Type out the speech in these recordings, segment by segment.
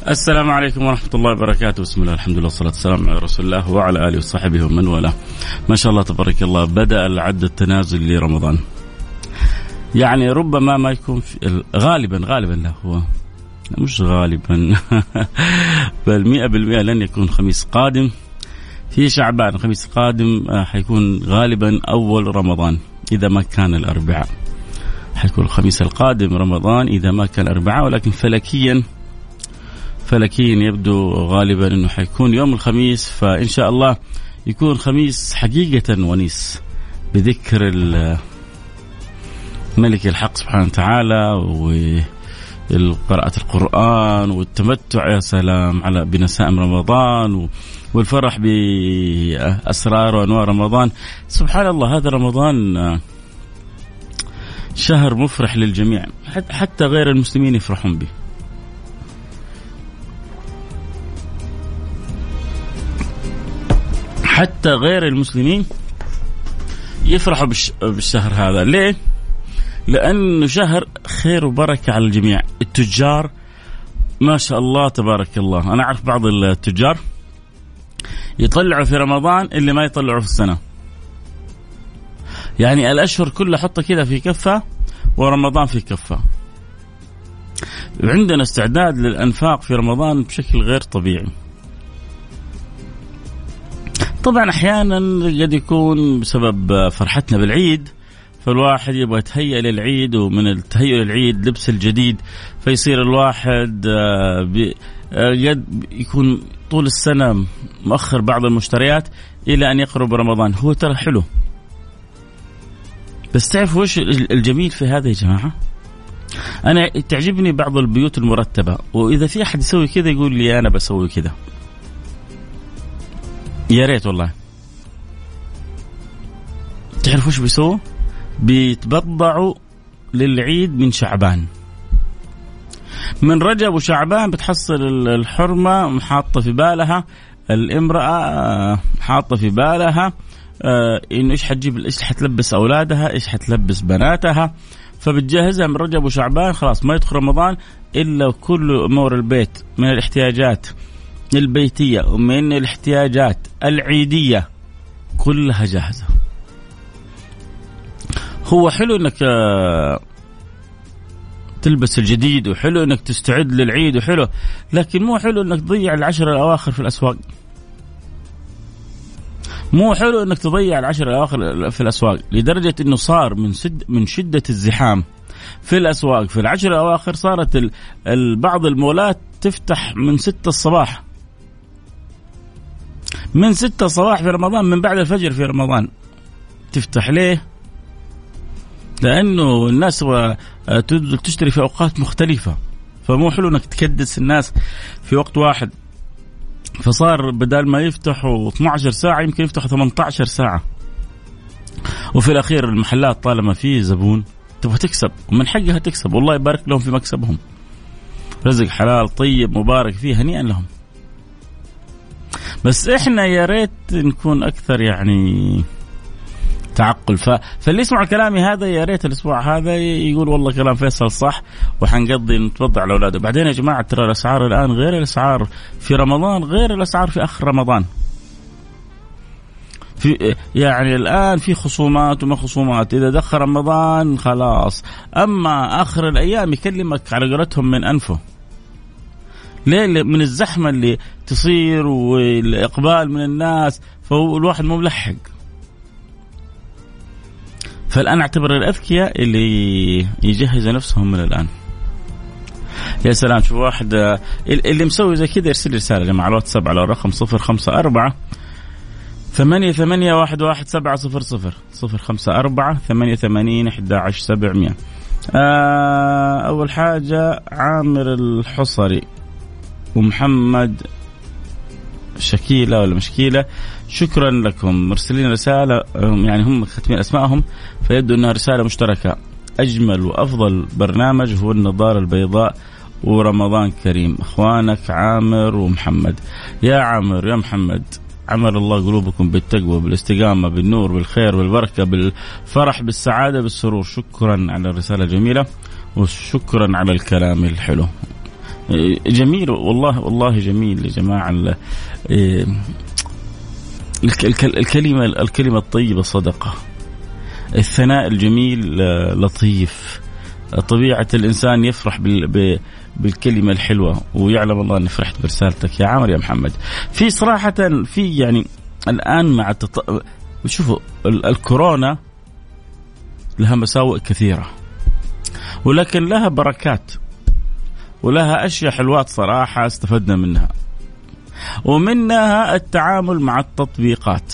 السلام عليكم ورحمة الله وبركاته. بسم الله الحمد لله والصلاة والسلام على رسول الله وعلى آله وصحبه ومن والاه. ما شاء الله تبارك الله، بدأ العد التنازل لرمضان. يعني ربما ما يكون غالبا لا هو مش غالبا بل 100% لن يكون خميس قادم في شعبان. خميس قادم حيكون غالبا أول رمضان إذا ما كان الأربعاء، حيكون الخميس القادم رمضان إذا ما كان الأربعاء، ولكن فلكيا يبدو غالبا أنه حيكون يوم الخميس. فإن شاء الله يكون خميس حقيقة ونيس بذكر ملك الحق سبحانه وتعالى وقراءة القرآن والتمتع يا سلام على بنسائم رمضان والفرح بأسرار وأنوار رمضان. سبحان الله، هذا رمضان شهر مفرح للجميع، حتى غير المسلمين يفرحون به. حتى غير المسلمين يفرحوا بالشهر هذا. ليه؟ لأنه شهر خير وبركة على الجميع. التجار ما شاء الله تبارك الله، أنا أعرف بعض التجار يطلعوا في رمضان اللي ما يطلعوا في السنة. يعني الأشهر كلها حطها كذا في كفة ورمضان في كفة. وعندنا استعداد للأنفاق في رمضان بشكل غير طبيعي. طبعا أحيانا قد يكون بسبب فرحتنا بالعيد، فالواحد يبغى يتهيأ للعيد، ومن التهيؤ للعيد لبس الجديد، فيصير الواحد قد يكون طول السنة مؤخر بعض المشتريات إلى أن يقرب رمضان. هو ترى حلو، بس تعرف وش الجميل في هذا يا جماعة؟ أنا تعجبني بعض البيوت المرتبة، وإذا في أحد يسوي كذا يقول لي أنا بسوي كذا، يا ريت والله. تعرف وش بيسووا؟ بيتبضعوا للعيد من شعبان، من رجب وشعبان بتحصل الحرمة محاطة في بالها، الامرأة حاطة في بالها إنه إيش حتجيب، إيش حتلبس أولادها، إيش حتلبس بناتها، فبتجهزها من رجب وشعبان. خلاص ما يدخل رمضان إلا كل أمور البيت من الاحتياجات البيتية ومن الاحتياجات العيدية كلها جاهزة. هو حلو انك تلبس الجديد، وحلو انك تستعد للعيد، وحلو، لكن مو حلو انك تضيع العشر الأواخر في الأسواق. مو حلو انك تضيع العشر الأواخر في الأسواق لدرجة انه صار من شدة الزحام في الأسواق في العشر الأواخر صارت بعض المولات تفتح من 6 الصباح، من 6 الصباح في رمضان، من بعد الفجر في رمضان تفتح. ليه؟ لأنه الناس تشتري في أوقات مختلفة، فمو حلو أنك تكدس الناس في وقت واحد. فصار بدل ما يفتحوا 12 ساعة يمكن يفتحوا 18 ساعة. وفي الأخير المحلات طالما فيه زبون تبغى تكسب، ومن حقها تكسب، والله يبارك لهم في مكسبهم، رزق حلال طيب مبارك فيه، هنيئا لهم. بس إحنا يا ريت نكون أكثر يعني تعقل. فاللي يسمع كلامي هذا يا ريت الأسبوع هذا يقول والله كلام فيصل صح، وحنقضي نتوضع على أولاده. بعدين يا جماعة ترى الأسعار الآن غير الأسعار في رمضان، غير الأسعار في آخر رمضان. يعني الآن في خصومات وما خصومات، إذا دخل رمضان خلاص، أما آخر الأيام يكلمك على قولتهم من أنفه. ليه؟ من الزحمة اللي تصير والإقبال من الناس، فالواحد مو ملحق. فالآن أعتبر الأذكياء اللي يجهزوا نفسهم من الآن. يا سلام، شوف واحد اللي مسوي زي كذا يرسل رسالة يا جماعة على الواتساب على الرقم 054-88-11700 054-88-11700. أول حاجة عامر الحصري ومحمد شكيلة ولا مشكيلة، شكرا لكم، مرسلين رسالة، يعني هم ختمين أسمائهم فيبدو أنها رسالة مشتركة. أجمل وأفضل برنامج هو النظارة البيضاء ورمضان كريم. أخوانك عامر ومحمد. يا عامر يا محمد، عمر الله قلوبكم بالتقوى بالاستقامة بالنور بالخير بالبركة بالفرح بالسعادة بالسرور. شكرا على الرسالة الجميلة وشكرا على الكلام الحلو. جميل والله، والله جميل يا جماعة. الكلمة الطيبة صدقة، الثناء الجميل لطيف، طبيعة الإنسان يفرح بالكلمة الحلوة، ويعلم الله أني فرحت برسالتك يا عامر يا محمد. في صراحة في يعني الآن مع شوفوا الكورونا لها مساوئ كثيرة، ولكن لها بركات ولها أشياء حلوات صراحة استفدنا منها، ومنها التعامل مع التطبيقات.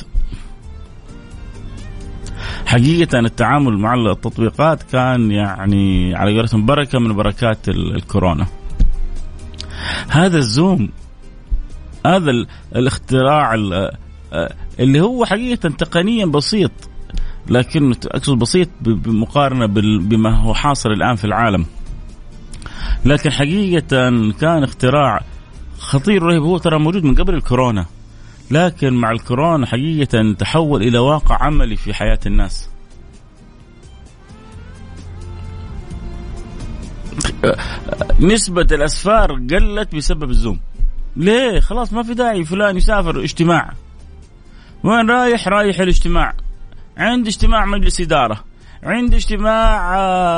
حقيقة التعامل مع التطبيقات كان يعني على قولتهم بركة من بركات الكورونا. هذا الزوم، هذا الاختراع اللي هو حقيقة تقنيا بسيط، لكن أقصد بسيط بمقارنة بما هو حاصل الآن في العالم، لكن حقيقة كان اختراع خطير رهيب. هو ترى موجود من قبل الكورونا، لكن مع الكورونا حقيقة تحول إلى واقع عملي في حياة الناس. نسبة الأسفار قلت بسبب الزوم. ليه؟ خلاص ما في داعي فلان يسافر اجتماع. وين رايح؟ رايح الاجتماع، عند اجتماع مجلس إدارة، عند اجتماع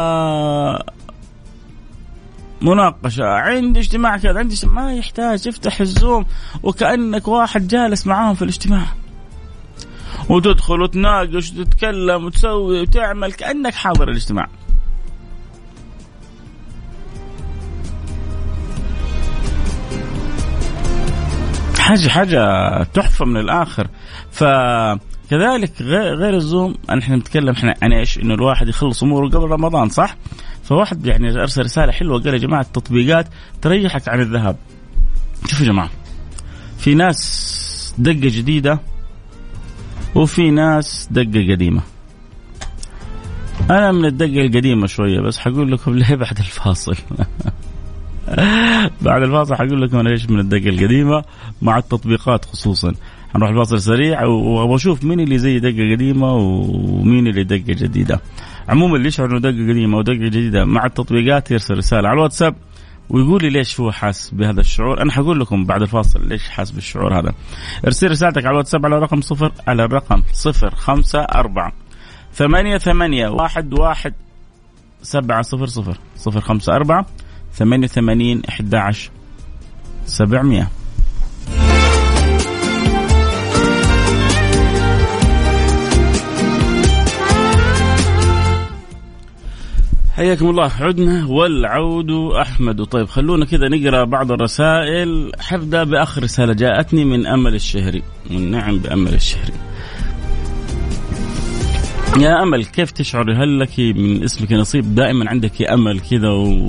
مناقشة، عند اجتماع كذا، عند اجتماع. ما يحتاج، افتح الزوم وكأنك واحد جالس معاهم في الاجتماع، وتدخل وتناقش وتتكلم وتسوي وتعمل كأنك حاضر الاجتماع. حاجة تحفة من الآخر. فكذلك غير الزوم احنا نتكلم عن ايش؟ انه الواحد يخلص اموره قبل رمضان، صح؟ فواحد يعني ارسل رسالة حلوة قال يا جماعة التطبيقات تريحك عن الذهاب. شوفوا يا جماعة، في ناس دقة جديدة وفي ناس دقة قديمة. انا من الدقة القديمة شوية، بس حقول لكم ليه بعد الفاصل. بعد الفاصل حقول لكم أنا ليش من الدقة القديمة مع التطبيقات خصوصا. هنروح الفاصل سريع وأشوف مين اللي زي دقة قديمة ومين اللي دقة جديدة. عموما اللي يشعر إنه دقة قديمة ودقة جديدة مع التطبيقات يرسل رسالة على الواتساب ويقول لي ليش هو حاس بهذا الشعور. أنا حقول لكم بعد الفاصل ليش حاس بالشعور هذا. ارسل رسالتك على الواتساب على رقم 054 88 700 054 88 11 700. حياكم الله، عدنا والعود أحمد. طيب خلونا كذا نقرأ بعض الرسائل. حبدأ بآخر رسالة جاءتني من أمل الشهري. والنعم بأمل الشهري. يا أمل، كيف تشعر؟ هل لك من اسمك نصيب؟ دائما عندك أمل كذا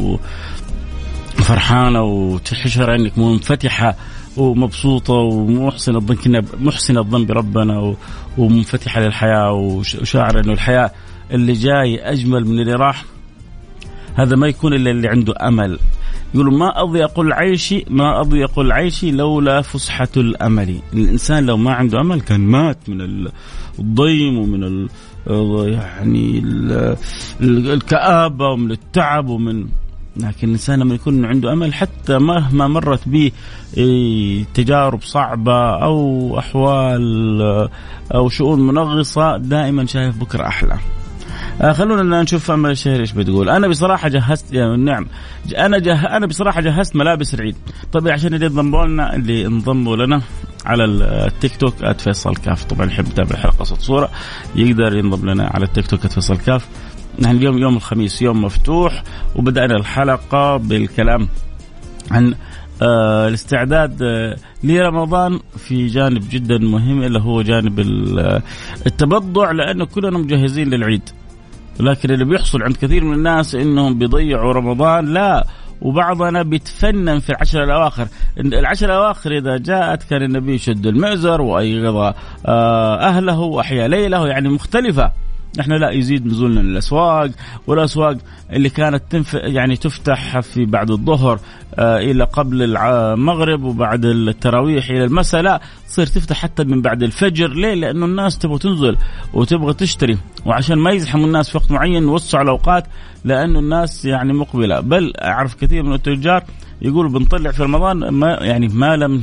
وفرحانة وتشعر أنك منفتحة ومبسوطة ومحسن الظن، كنا محسن الظن بربنا ومنفتحة للحياة وشاعر أنه الحياة اللي جاي أجمل من اللي راح. هذا ما يكون إلا اللي عنده أمل. يقولوا ما أضيق العيش لولا فسحة الأمل. الإنسان لو ما عنده أمل كان مات من الضيم ومن يعني الكآبة ومن التعب لكن الإنسان لما يكون عنده أمل حتى مهما مرت به تجارب صعبة أو أحوال أو شؤون منغصة دائما شايف بكرة أحلى. خلونا نشوف أمل الشهري إيش بتقول. أنا بصراحة جهزت نعم أنا بصراحة جهزت ملابس العيد. طبعا عشان اللي انضموا لنا على التيك توك @فيصل كاف. طبعا يحب يتابع حلقة صوت صورة يقدر ينضم لنا على التيك توك @فيصل كاف. نحن اليوم يوم الخميس يوم مفتوح، وبدأنا الحلقة بالكلام عن الاستعداد لرمضان في جانب جدا مهم اللي هو جانب التبضع، لأنه كلنا مجهزين للعيد. لكن اللي بيحصل عند كثير من الناس إنهم بيضيعوا رمضان، لا، وبعضنا بيتفنن في العشر الأواخر. العشر الأواخر إذا جاءت كان النبي يشد المئزر وأيقظ أهله وأحيا ليله، يعني مختلفة. احنا لا، يزيد نزولنا للأسواق، والأسواق اللي كانت يعني تفتح في بعد الظهر إلى قبل المغرب وبعد التراويح إلى المساء، لا تصير تفتح حتى من بعد الفجر. ليه؟ لأنه الناس تبغى تنزل وتبغى تشتري، وعشان ما يزحموا الناس في وقت معين نوسع الأوقات، لأنه الناس يعني مقبلة. بل أعرف كثير من التجار يقول بنطلع في رمضان ما لم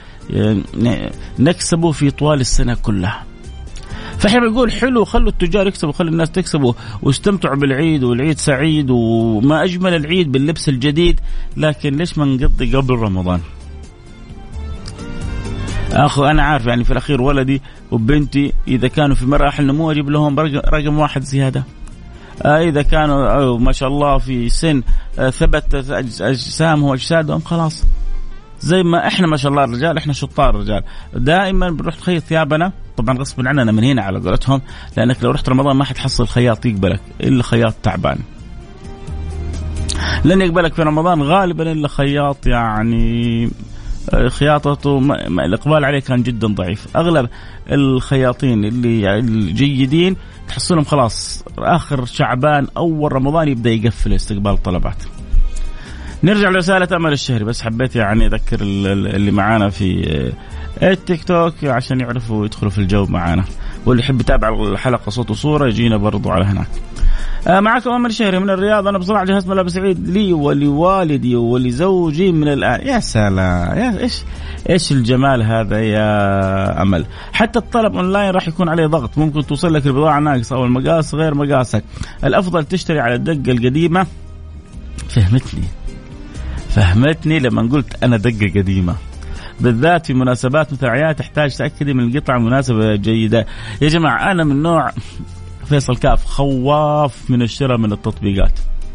نكسبه في طوال السنة كلها. فاحنا بنقول حلو، خلوا التجار يكسبوا، خلوا الناس تكسبوا واستمتعوا بالعيد، والعيد سعيد وما أجمل العيد باللبس الجديد، لكن ليش ما نقضي قبل رمضان؟ أنا عارف يعني في الأخير ولدي وبنتي إذا كانوا في مراحل نمو أجيب لهم رقم واحد زيادة. إذا كانوا ما شاء الله في سن ثبت أجسامهم وأجسادهم خلاص، زي ما إحنا ما شاء الله الرجال إحنا شطار الرجال دائما بنروح نخيط ثيابنا، طبعا غصب عننا من هنا على قولتهم، لأنك لو رحت رمضان ما حتحصل خياط يقبلك إلا خياط تعبان، لن يقبلك في رمضان غالبا إلا خياط يعني خياطته الإقبال عليه كان جدا ضعيف. أغلب الخياطين اللي الجيدين تحصلهم خلاص آخر شعبان أول رمضان يبدأ يقفل استقبال طلبات. نرجع لرسالة أمل الشهري، بس حبيت يعني أذكر اللي معانا في التيك توك عشان يعرفوا يدخلوا في الجو معانا، واللي يحب يتابع الحلقة صوت وصورة يجينا برضو على هناك. معكم أمل الشهري من الرياض. أنا بصراحة جهزت ملابس عيد لي ولوالدي ولزوجي من الآن. يا سلام، يا إيش الجمال هذا يا أمل. حتى الطلب أونلاين راح يكون عليه ضغط، ممكن توصل لك البضاعة ناقصة أو المقاس غير مقاسك. الأفضل تشتري على الدقة القديمة. فهمتني لما قلت أنا دقة قديمة، بالذات في مناسبات مثل أعياد تحتاج تأكدي من القطعة مناسبة جيدة. يا جماعة أنا من نوع فيصل كاف خواف من الشراء من التطبيقات.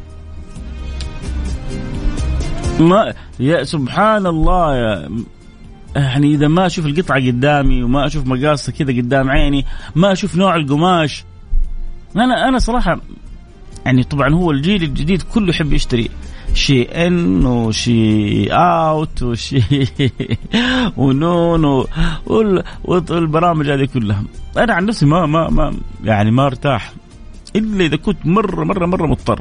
ما يا سبحان الله يعني إذا ما أشوف القطعة قدامي وما أشوف مقاسها كذا قدام عيني، ما أشوف نوع القماش، أنا صراحة يعني طبعا هو الجيل الجديد كله يحب يشتري شيء إن وشيء أوت وشيء ونون والبرامج هذه كلها. أنا عن نفسي ما يعني ما ارتاح إلا إذا كنت مرة مضطر.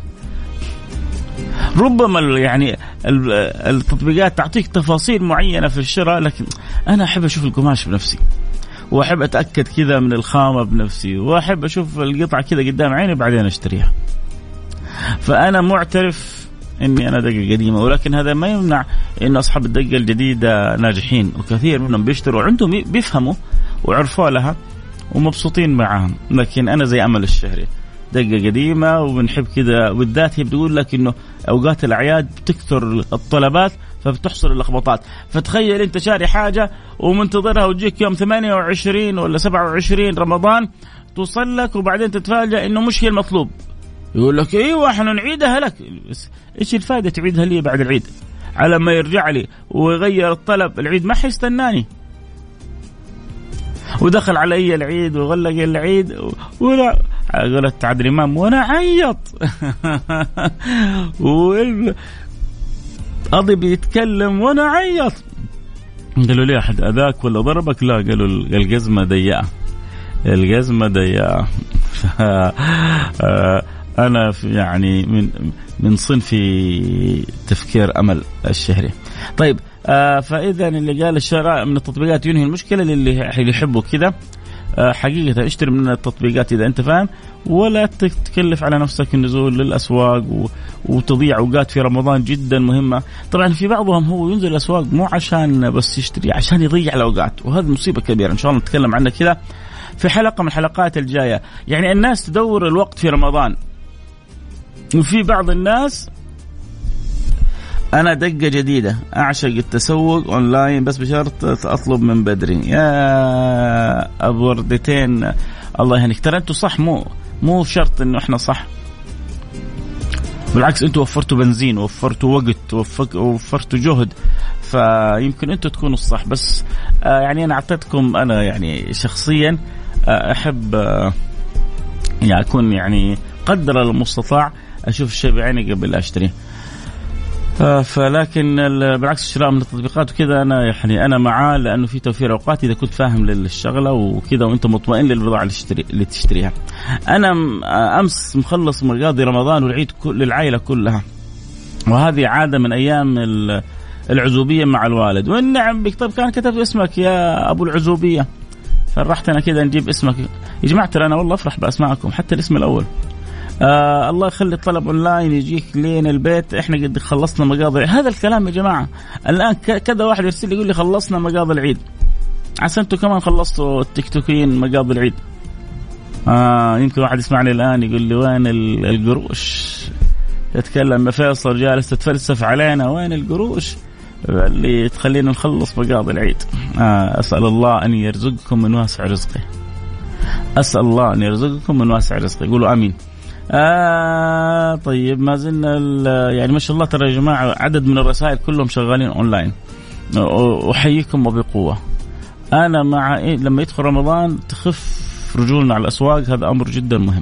ربما يعني التطبيقات تعطيك تفاصيل معينة في الشراء، لكن أنا أحب أشوف القماش بنفسي، وأحب أتأكد كذا من الخامة بنفسي، وأحب أشوف القطعة كذا قدام عيني بعدين أشتريها. فأنا معترف إني أنا دقة قديمة، ولكن هذا ما يمنع إن أصحاب الدقة الجديدة ناجحين، وكثير منهم بيشتروا عندهم بيفهموا وعرفوا لها ومبسوطين معهم. لكن أنا زي أمل الشهري دقة قديمة وبنحب كذا، بالذات هي بتقول لك إنه أوقات الأعياد بتكثر الطلبات فبتحصل اللخبطات. فتخيل أنت شاري حاجة ومنتظرها وتجيك يوم 28 ولا 27 رمضان توصل لك، وبعدين تتفاجأ إنه مش هي المطلوب. يقول لك ايوه احنا نعيدها لك. ايش الفائده تعيدها لي بعد العيد؟ على ما يرجع لي ويغير الطلب العيد ما حيستناني. ودخل علي العيد وغلق العيد ولا قلت عادل امام وانا عيط قاضي بيتكلم وانا عيط. قالوا لي احد اذاك ولا ضربك؟ لا، قالوا الجزمه ضيقه. أنا يعني من صنفي تفكير أمل الشهري. طيب فإذا اللي قال الشراء من التطبيقات ينهي المشكلة اللي يحبوا كذا. حقيقة اشتري من التطبيقات إذا أنت فاهم، ولا تكلف على نفسك النزول للأسواق وتضيع أوقات في رمضان جدا مهمة. طبعا في بعضهم هو ينزل الأسواق مو عشان بس يشتري، عشان يضيع الأوقات، وهذا مصيبة كبيرة. إن شاء الله نتكلم عنها كذا في حلقة من الحلقات الجاية. يعني الناس تدور الوقت في رمضان، وفي بعض الناس أنا دقة جديدة أعشق التسوق أونلاين بس بشرط أطلب من بدري. يا أبو وردتين الله يهنيك، ترى أنتوا صح، مو شرط إنه إحنا صح، بالعكس أنتوا وفرتوا بنزين ووفرتوا وقت ووفرتوا جهد، فيمكن أنتوا تكونوا الصح. بس يعني أنا أعطيتكم، أنا يعني شخصيا أحب يعني أكون يعني قدر المستطاع أشوف الشيء بعيني قبل أشتري. فلكن بالعكس الشراء من التطبيقات وكذا أنا معاه، لأنه في توفير أوقات إذا كنت فاهم للشغلة وكذا وأنت مطمئن للبضاعة اللي تشتريها. أنا أمس مخلص مقاضي رمضان والعيد للعائلة كلها، وهذه عادة من أيام العزوبية مع الوالد. والنعم بك، طيب كان كتبت اسمك يا أبو العزوبية، فرحت أنا كذا نجيب اسمك. يا جماعة ترى أنا والله أفرح بأسماءكم، حتى الاسم الأول الله يخلي الطلب اونلاين يجيك لين البيت، احنا قد خلصنا مقاضي. هذا الكلام يا جماعه الان كذا واحد يرسل يقول لي خلصنا مقاضي العيد، عسى انتم كمان خلصتوا التيك توكيين مقاضي العيد. يمكن واحد يسمعني الان يقول لي وين القروش؟ يتكلم فيصل جالس تتفلسف علينا، وين القروش اللي تخلينا نخلص مقاضي العيد؟ أسأل الله أن يرزقكم من واسع رزقه، أسأل الله أن يرزقكم من واسع رزقه، يقولوا آمين. طيب ما زلنا يعني ما شاء الله ترى يا جماعة عدد من الرسائل كلهم شغالين أونلاين، أحييكم وبقوة. أنا مع لما يدخل رمضان تخف رجولنا على الأسواق، هذا أمر جدا مهم.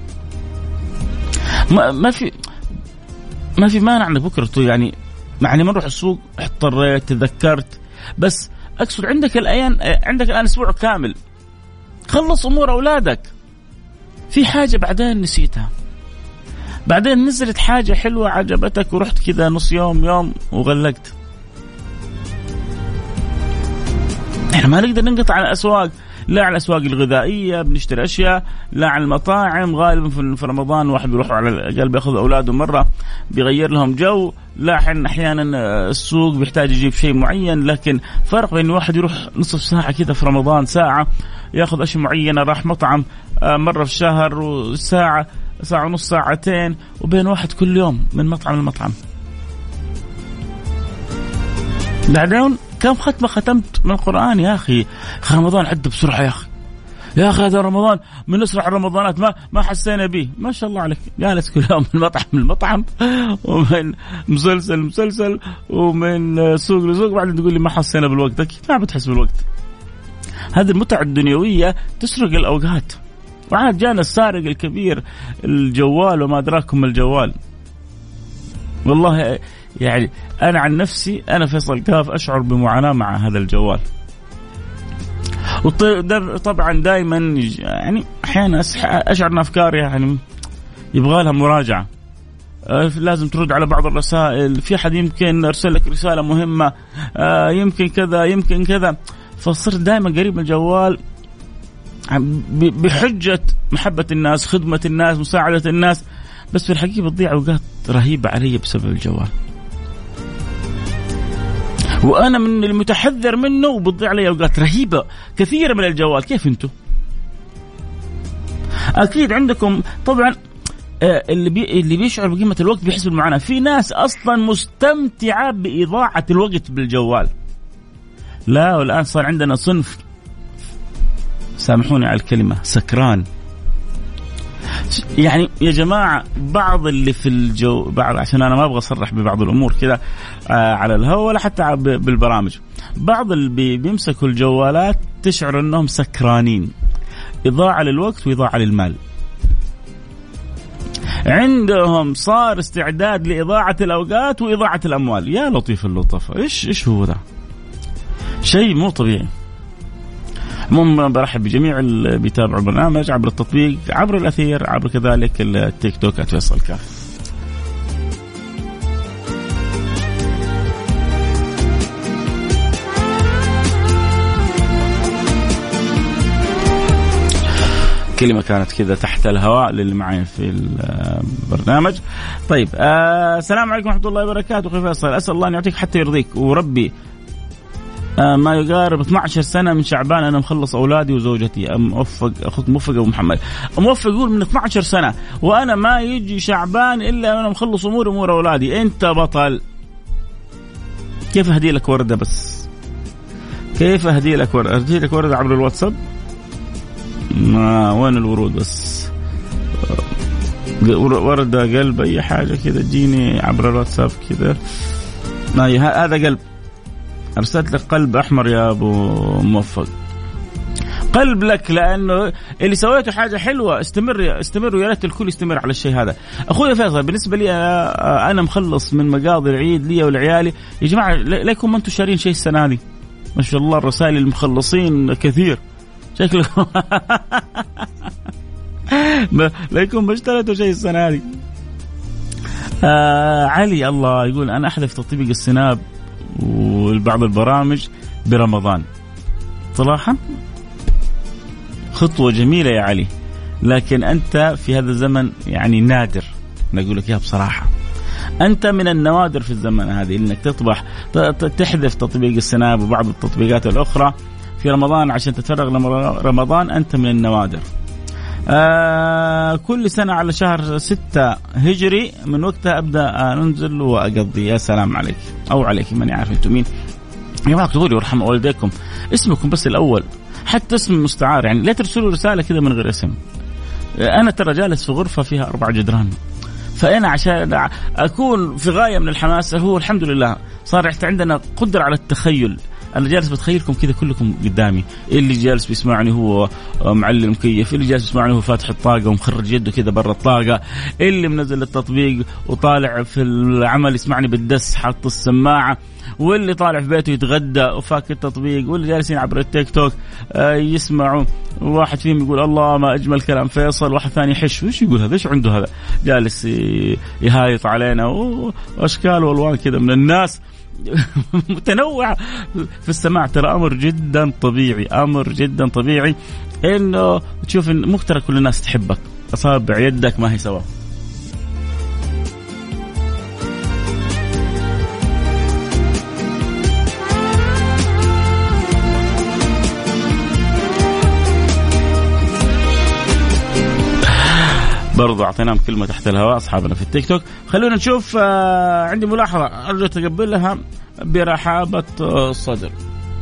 ما في مانع أنك بكرة يعني ما نروح السوق، اضطريت تذكرت، بس أقصد عندك الآن أسبوع كامل خلص أمور أولادك. في حاجة بعدين نسيتها، بعدين نزلت حاجة حلوة عجبتك ورحت كذا نص يوم وغلقت. احنا ما نقدر ننقطع عن الأسواق، لا على الأسواق الغذائية بنشتري أشياء، لا على المطاعم. غالبا في رمضان واحد بيروح على الأقل بيأخذ أولاده مرة بيغير لهم جو، لا أحيانا السوق بيحتاج يجيب شيء معين. لكن فرق بين واحد يروح نصف ساعة كده في رمضان، ساعة يأخذ أشياء معينة، راح مطعم مرة في الشهر وساعة ونص ساعتين، وبين واحد كل يوم من مطعم لمطعم. بعدين كم ختمة ختمت من القرآن يا أخي؟ رمضان عدى بسرعة يا أخي هذا رمضان من أسرع الرمضانات، ما حسينا به. ما شاء الله عليك، جالس كل يوم من المطعم ومن مسلسل ومن سوق لسوق، بعدين تقول لي ما حسينا بالوقت. أكيد ما بتحس بالوقت. هذه المتعة الدنيوية تسرق الأوقات. وعاد جانا السارق الكبير الجوال، وما أدراكم الجوال. والله يعني أنا عن نفسي أنا فيصل كاف أشعر بمعاناة مع هذا الجوال. طبعا دائما يعني أحيانا أشعر أن أفكاري يعني يبغى لها مراجعة، لازم ترد على بعض الرسائل، في أحد يمكن أرسل لك رسالة مهمة، يمكن كذا، فصرت دائما قريب من الجوال بحجة محبة الناس، خدمة الناس، مساعدة الناس. بس في الحقيقة بتضيع أوقات رهيبة علي بسبب الجوال، وأنا من المتحذر منه، وبتضيع علي أوقات رهيبة كثيرة من الجوال. كيف أنتم؟ أكيد عندكم طبعا اللي بيشعر بقيمة الوقت بيحس بالمعاناة. في ناس أصلا مستمتعة بإضاعة الوقت بالجوال. لا، والآن صار عندنا صنف، سامحوني على الكلمة، سكران. يعني يا جماعة بعض اللي في بعض، عشان أنا ما أبغى أصرح ببعض الأمور كذا على الهواء ولا حتى بالبرامج، بعض اللي بيمسكوا الجوالات تشعر أنهم سكرانين، إضاعة للوقت وإضاعة للمال. عندهم صار استعداد لإضاعة الأوقات وإضاعة الأموال. يا لطيف اللطف، إيش هو ده؟ شيء مو طبيعي. برحب بجميع اللي بيتابعوا البرنامج عبر التطبيق، عبر الأثير، عبر كذلك التيك توك @فيصل كاف. كلمة كانت كذا تحت الهواء للي معي في البرنامج. طيب السلام عليكم ورحمة الله وبركاته. كيف فيصل؟ أسأل الله أن يعطيك حتى يرضيك، وربي ما يقارب 12 سنة من شعبان أنا مخلص أولادي وزوجتي. موفق أخوك موفق أبو محمد. موفق يقول من 12 سنة وأنا ما يجي شعبان إلا أنا مخلص أمور أولادي. أنت بطل. كيف أهدي لك وردة؟ بس كيف أهدي لك وردة؟ أهدي لك وردة عبر الواتساب؟ وين الورود؟ بس وردة، قلب، أي حاجة كذا تجيني عبر الواتساب كذا. هذا قلب، أرسلت لك قلب أحمر يا أبو موفق. قلب لك، لأنه اللي سويته حاجة حلوة. استمر ويا ريت الكل يستمر على الشيء هذا. أخوي فيصل، بالنسبة لي أنا مخلص من مقاضي العيد لي ولعيالي. يا جماعة لا يكون ما أنتم شارين شيء السنة هذه. ما شاء الله الرسائل المخلصين كثير شكلكم. لا يكون ما اشتريتوا شيء السنة هذه. علي الله يقول أنا أحذف تطبيق السناب والبعض البرامج برمضان. صراحة خطوة جميلة يا علي. لكن أنت في هذا الزمن يعني نادر، نقول لك إياها بصراحة، أنت من النوادر في الزمن هذه إنك تحذف تطبيق السناب وبعض التطبيقات الأخرى في رمضان عشان تتفرغ لرمضان. أنت من النوادر. كل سنة على شهر 6 هجري من وقتها أبدأ أنزل وأقضي. يا سلام عليك أو عليك، من يعرف أنتم مين يا جماعة. اكتبوا لي ورحمة والديكم اسمكم بس الأول، حتى اسم مستعار، يعني لا ترسلوا رسالة كذا من غير اسم. أنا ترى جالس في غرفة فيها 4 جدران، فأنا عشان أكون في غاية من الحماس، هو الحمد لله صار عندنا قدرة على التخيل. أنا جالس بتخيلكم كذا كلكم قدامي، اللي جالس بيسمعني هو معلم مكيف، اللي جالس بيسمعني هو فاتح الطاقة ومخرج يده كذا برا الطاقة، اللي منزل التطبيق وطالع في العمل يسمعني بالدس حاط السماعة، واللي طالع في بيته يتغدى وفاك التطبيق، واللي جالسين عبر التيك توك يسمعوا. واحد فيهم يقول الله ما أجمل كلام فيصل، واحد ثاني يحش وش يقول هذا، ايش عنده هذا، جالس يهايط علينا، وأشكال والوان كذا من الناس متنوع في السماع. ترى أمر جدا طبيعي، أمر جدا طبيعي إنه تشوف إن مفترض كل الناس تحبك، أصابع يدك ما هي سوا. برضو أعطيناهم كلمة تحت الهواء أصحابنا في التيك توك. خلونا نشوف. عندي ملاحظة أرجو تقبلها برحابة الصدر.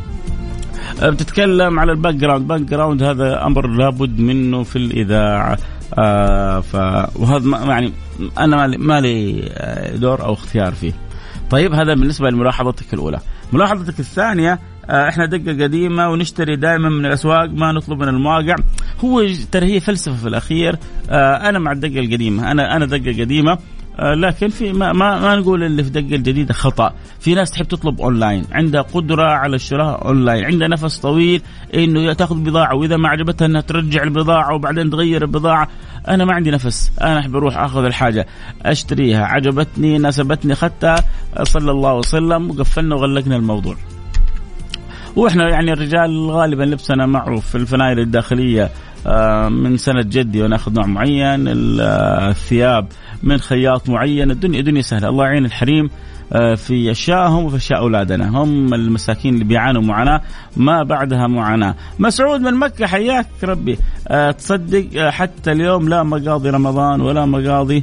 بتتكلم على الباك جراوند، هذا أمر لابد منه في الإذاعة. وهذا يعني أنا ما لي دور أو اختيار فيه. طيب هذا بالنسبة لملاحظتك الأولى. ملاحظتك الثانية، احنا دقة قديمة ونشتري دائما من الأسواق، ما نطلب من المواقع. هو ترى هي فلسفة في الأخير. أنا مع الدقة القديمة، أنا دقة قديمة، لكن في ما نقول اللي في دقة الجديدة خطأ. في ناس تحب تطلب أونلاين، عندها قدرة على الشراء أونلاين، عندها نفس طويل إنه تأخذ بضاعة وإذا ما عجبتها إنها ترجع البضاعة وبعدين تغير البضاعة. أنا ما عندي نفس، أنا أحب أروح أخذ الحاجة أشتريها، عجبتني ناسبتني خدتها، صلى الله وسلم وقفلنا وغلقنا الموضوع. وإحنا يعني الرجال غالبا لبسنا معروف في الفنايل الداخلية من سنة جدي، ونأخذ نوع معين الثياب من خياط معين. الدنيا سهلة، الله يعين الحريم في أشياءهم وفي أشياء أولادنا، هم المساكين اللي بيعانوا معاناة ما بعدها معاناة. مسعود من مكة حياك ربي. تصدق حتى اليوم لا مقاضي رمضان ولا مقاضي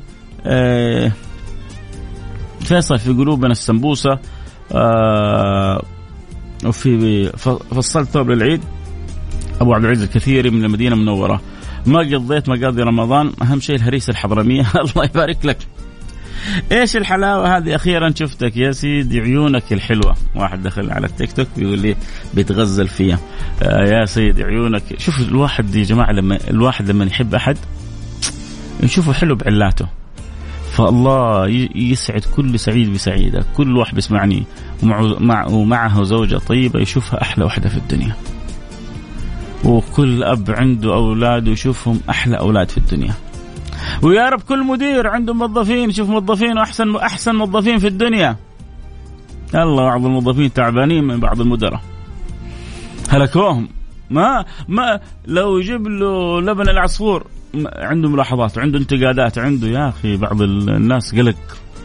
فيصل في قلوبنا السمبوسة، وفي فصلت ثوب للعيد أبو عبد العزيز الكثيري من المدينة المنورة. ما قضيت مقاضي رمضان، أهم شيء الهريسة الحضرمية. الله يبارك لك. إيش الحلاوة هذه، أخيرا شفتك يا سيدي، عيونك الحلوة. واحد دخل على التيك توك بيقول لي بيتغزل فيها. يا سيدي عيونك. شوف الواحد يا جماعة، الواحد لما يحب أحد يشوفه حلو بعلاته، فالله يسعد كل سعيد بسعيدة. كل واحد بيسمعني ومعه زوجة طيبة يشوفها أحلى واحدة في الدنيا، وكل أب عنده أولاد ويشوفهم أحلى أولاد في الدنيا. ويا رب كل مدير عنده موظفين يشوف موظفين أحسن موظفين في الدنيا. الله، بعض الموظفين تعبانين من بعض المدراء، هلكوهم. ما لو يجيب له لبن العصفور عنده ملاحظات وعنده انتقادات، عنده يا أخي بعض الناس قلق.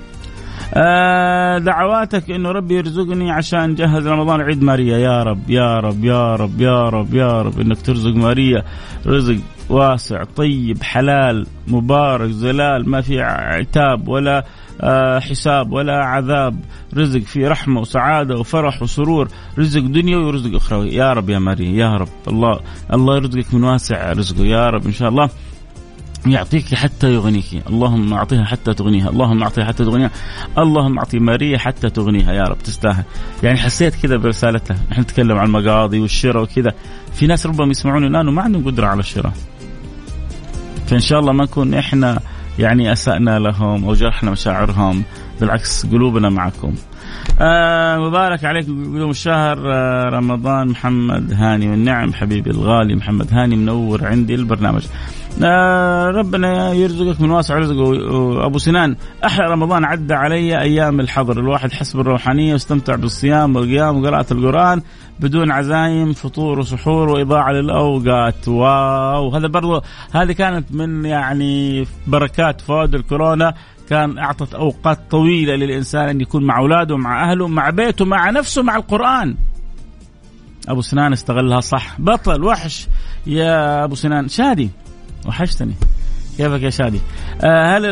دعواتك إنه ربي يرزقني عشان جهز رمضان عيد ماريا. يا رب يا رب يا رب يا رب يا رب إنك ترزق ماريا رزق واسع طيب حلال مبارك زلال، ما في عتاب ولا حساب ولا عذاب، رزق فيه رحمة وسعادة وفرح وسرور، رزق دنيوي ورزق أخروي. يا رب يا ماريا يا رب. الله يرزقك من واسع رزقه يا رب إن شاء الله. يعطيك حتى يغنيك، اللهم أعطيها حتى تغنيها، اللهم أعطيها حتى تغنيها، اللهم أعطي ماريا حتى تغنيها يا رب. تستاهل. يعني حسيت كذا برسالتها. نحن نتكلم عن المقاضي والشراء وكذا، في ناس ربما يسمعون الآن وما عندهم قدرة على الشراء، فإن شاء الله ما نكون إحنا يعني أسأنا لهم أو جرحنا مشاعرهم، بالعكس قلوبنا معكم. مبارك عليكم قدوم الشهر رمضان. محمد هاني والنعم حبيبي الغالي محمد هاني منور عندي البرنامج. ربنا يرزقك من واسع رزقه. أبو سنان: أحلى رمضان عدى علي أيام الحظر، الواحد حس بالروحانية واستمتع بالصيام والقيام وقراءة القرآن بدون عزايم، فطور وسحور وإضاعة للأوقات. واو، هذا برضو هذه كانت من يعني بركات فوائد الكورونا، كان أعطت أوقات طويلة للإنسان أن يكون مع أولاده مع أهله مع بيته مع نفسه مع القرآن. أبو سنان استغلها صح، بطل وحش يا أبو سنان. شادي وحشتني، كيفك يا شادي؟ هل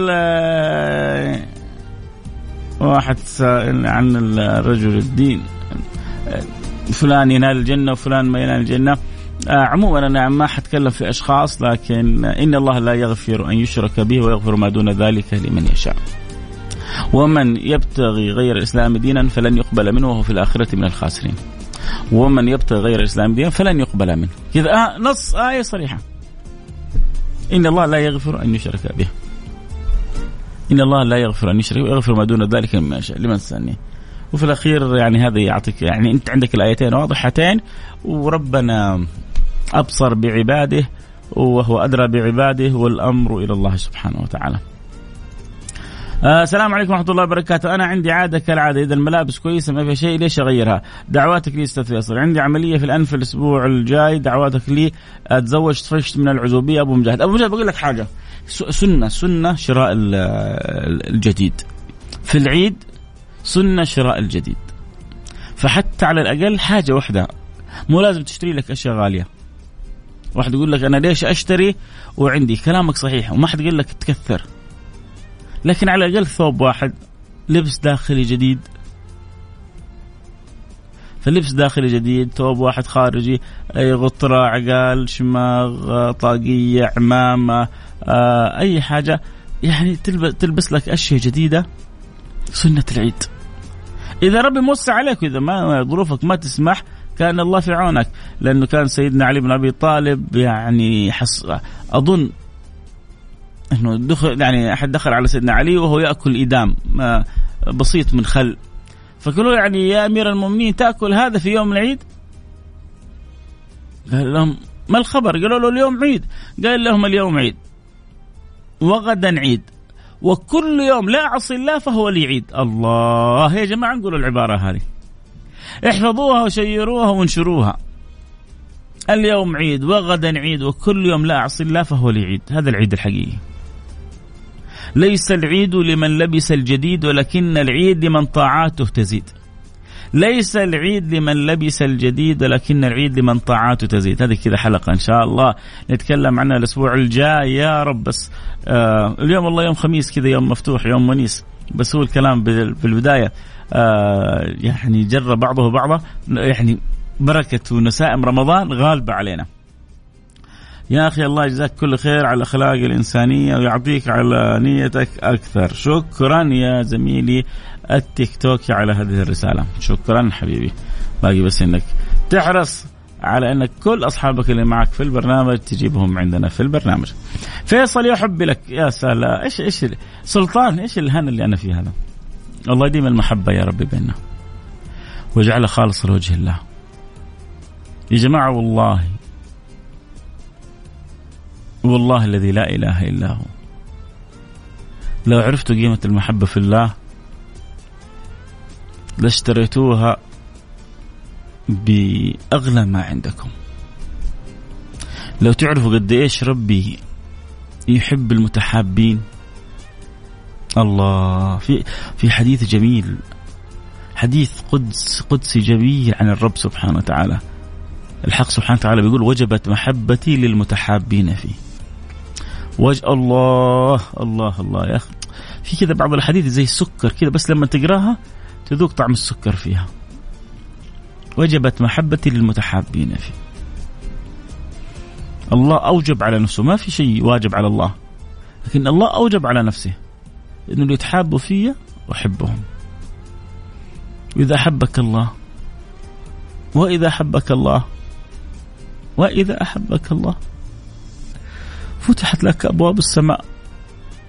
واحد سائل عن الرجل الدين، فلان ينال الجنة وفلان ما ينال الجنة. عموما أنا ما حتكلم في أشخاص، لكن إن الله لا يغفر أن يشرك به ويغفر ما دون ذلك لمن يشاء. ومن يبتغي غير الإسلام دينا فلن يقبل منه وهو في الآخرة من الخاسرين. ومن يبتغي غير الإسلام دينا فلن يقبل منه. كذا نص آية صريحة. إن الله لا يغفر أن يشرك به، إن الله لا يغفر أن يشرك ويغفر ما دون ذلك لمن يشاء لمن سألني. وفي الأخير يعني هذا يعطيك، يعني أنت عندك الآيتين واضحتين، وربنا أبصر بعباده وهو أدرى بعباده، والأمر إلى الله سبحانه وتعالى. السلام عليكم ورحمة الله وبركاته. أنا عندي عادة كالعادة، إذا الملابس كويسة ما في شيء ليش أغيرها؟ دعواتك لي أستاذ فيصل. عندي عملية في الأنف الأسبوع الجاي، دعواتك لي أتزوج، طفشت من العزوبية. أبو مجاهد بقول لك حاجة، سنة شراء الجديد في العيد، سنة شراء الجديد. فحتى على الأقل حاجة واحدة، مو لازم تشتري لك أشياء غالية. واحد يقول لك أنا ليش أشتري وعندي، كلامك صحيح وما حد يقول لك تكثر، لكن على الأقل ثوب واحد، لبس داخلي جديد. فلبس داخلي جديد، ثوب واحد خارجي، أي غطرة، عقال، شماغ، طاقية، عمامة، أي حاجة يعني تلبس لك أشياء جديدة، سنة العيد. إذا ربي موسع عليك، إذا ما ظروفك ما تسمح، كان الله في عونك. لأنه كان سيدنا علي بن أبي طالب يعني أظن إنه دخل، يعني أحد دخل على سيدنا علي وهو يأكل إدام بسيط من خل، فقالوا يعني يا أمير المؤمنين تأكل هذا في يوم العيد؟ قال لهم ما الخبر؟ قالوا له اليوم عيد. قال لهم اليوم عيد وغدا عيد وكل يوم لا أعصي الله فهو لي عيد. الله يا جماعة، نقولوا العبارة هذه، احفظوها وشيروها وانشروها. اليوم عيد وغدا عيد وكل يوم لا أعصي الله فهو لي عيد. هذا العيد الحقيقي. ليس العيد لمن لبس الجديد، ولكن العيد لمن طاعاته تزيد. ليس العيد لمن لبس الجديد، ولكن العيد لمن طاعاته تزيد. هذه كذا حلقة إن شاء الله نتكلم عنها الأسبوع الجاي يا رب. بس اليوم والله يوم خميس كذا، يوم مفتوح، يوم ونيس. بس هو الكلام في البداية يعني جر بعضه بعضا، يعني بركة ونسائم رمضان غالبة علينا. يا أخي الله يجزاك كل خير على الأخلاق الإنسانية ويعطيك على نيتك أكثر. شكرا يا زميلي التيك توك على هذه الرسالة، شكرا حبيبي. باقي بس إنك تحرص على أنك كل أصحابك اللي معك في البرنامج تجيبهم عندنا في البرنامج. فيصل يحب لك، يا سلام، إيش سلطان، إيش الهنا اللي أنا فيه هذا. الله يديم المحبة يا رب بيننا واجعلها خالص لوجه الله. يا جماعة والله الذي لا إله إلا هو، لو عرفتوا قيمة المحبة في الله لاشتريتوها بأغلى ما عندكم. لو تعرفوا قد إيش ربي يحب المتحابين. الله في حديث جميل، حديث قدسي جميل عن الرب سبحانه وتعالى. الحق سبحانه وتعالى بيقول وجبت محبتي للمتحابين فيه. الله الله الله يا أخي، في كذا بعض الحديث زي السكر كذا، بس لما تقراها تذوق طعم السكر فيها. وجبت محبتي للمتحابين فيه. الله أوجب على نفسه، ما في شيء واجب على الله، لكن الله أوجب على نفسه إنه اللي يتحابوا فيه أحبهم. وإذا أحبك الله، وإذا أحبك الله، وإذا أحبك الله فتحت لك أبواب السماء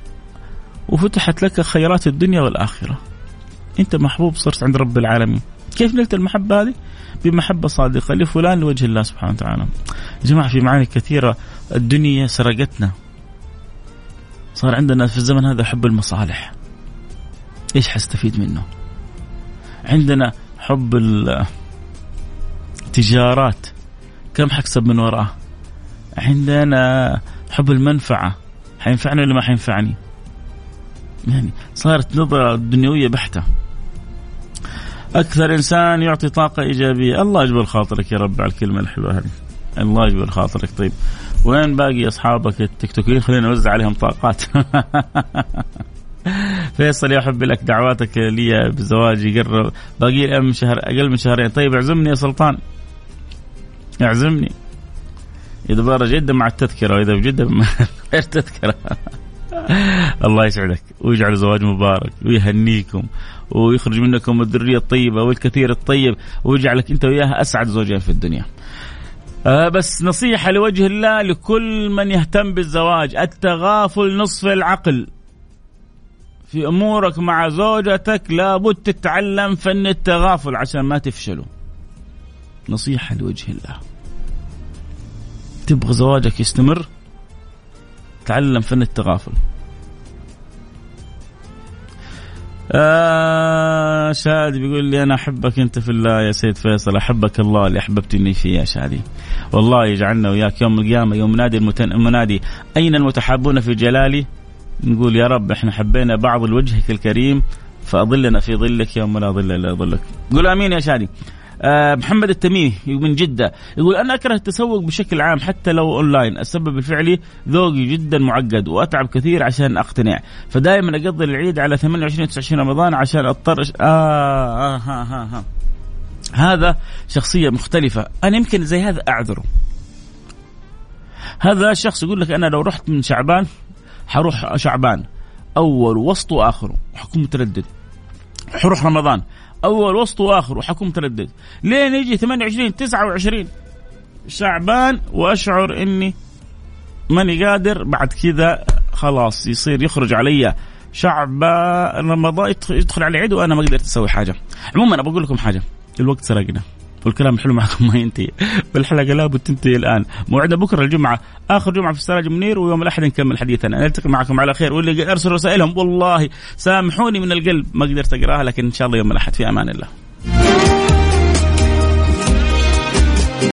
وفتحت لك خيرات الدنيا والآخرة. أنت محبوب صرت عند رب العالمين. كيف نلت المحبة هذه؟ بمحبة صادقة لفلان لوجه الله سبحانه وتعالى. يا جماعة في معاني كثيرة. الدنيا سرقتنا، صار عندنا في الزمن هذا حب المصالح، إيش حستفيد منه؟ عندنا حب التجارات، كم حكسب من وراءه؟ عندنا حب المنفعة، حينفعني ولا ما حينفعني؟ يعني صارت نظرة دنيوية بحتة. أكثر إنسان يعطي طاقة إيجابية، الله يجبر خاطرك يا رب على الكلمة الحلوة هذه، الله يجبر خاطرك. طيب وين باقي أصحابك التيك توكيين؟ خلينا نوزع عليهم طاقات. فيصل يحب لك دعواتك لي بزواج يقرب، باقي لي أقل من شهرين. طيب اعزمني يا سلطان، اعزمني إذا بارا جدة مع التذكرة، وإذا بجدة غير تذكرة. الله يسعدك ويجعل زواج مبارك ويهنيكم ويخرج منكم الذرية الطيبة والكثير الطيب، ويجعلك أنت وياها أسعد زوجين في الدنيا. بس نصيحة لوجه الله لكل من يهتم بالزواج، التغافل نصف العقل. في أمورك مع زوجتك لابد تتعلم فن التغافل عشان ما تفشلوا. نصيحة لوجه الله، تبغى زواجك يستمر تعلم فن التغافل. شادي بيقول لي أنا أحبك أنت في الله يا سيد فيصل، أحبك الله اللي أحببتني فيه يا شادي. والله يجعلنا وياك يوم القيامة يوم نادي المنادي أين المتحابون في جلالي، نقول يا رب إحنا حبينا بعض لوجهك الكريم فأظلنا في ظلك يوم لا ظل إلا ظلك. قول آمين يا شادي. محمد التميمي من جدة يقول أنا أكره التسوق بشكل عام حتى لو أونلاين، السبب الفعلي ذوقي جدا معقد وأتعب كثير عشان أقتنع، فدائما أقضي العيد على 28-29 رمضان عشان أضطر هذا شخصية مختلفة. أنا يمكن زي هذا أعذره. هذا الشخص يقول لك أنا لو رحت من شعبان حروح شعبان أول وسط وآخر وحكون متردد، حروح رمضان أول وسط وآخر وحكون متردد، لين يجي 28-29 شعبان وأشعر إني ماني قادر، بعد كذا خلاص يصير يخرج علي شعبان رمضان يدخل على العيد وأنا ما قدرت أسوي حاجة. عموما أنا بقول لكم حاجة، الوقت سرقنا والكلام الحلو معكم ما ينتهي، بالحلقة لابد تنتهي الآن. موعدنا بكرة الجمعة آخر جمعة في السراج منير، ويوم الأحد نكمل حديثنا. نلتقي معكم على خير، واللي أرسل رسائلهم والله سامحوني من القلب ما قدرت أقراها، لكن إن شاء الله يوم الأحد. في أمان الله.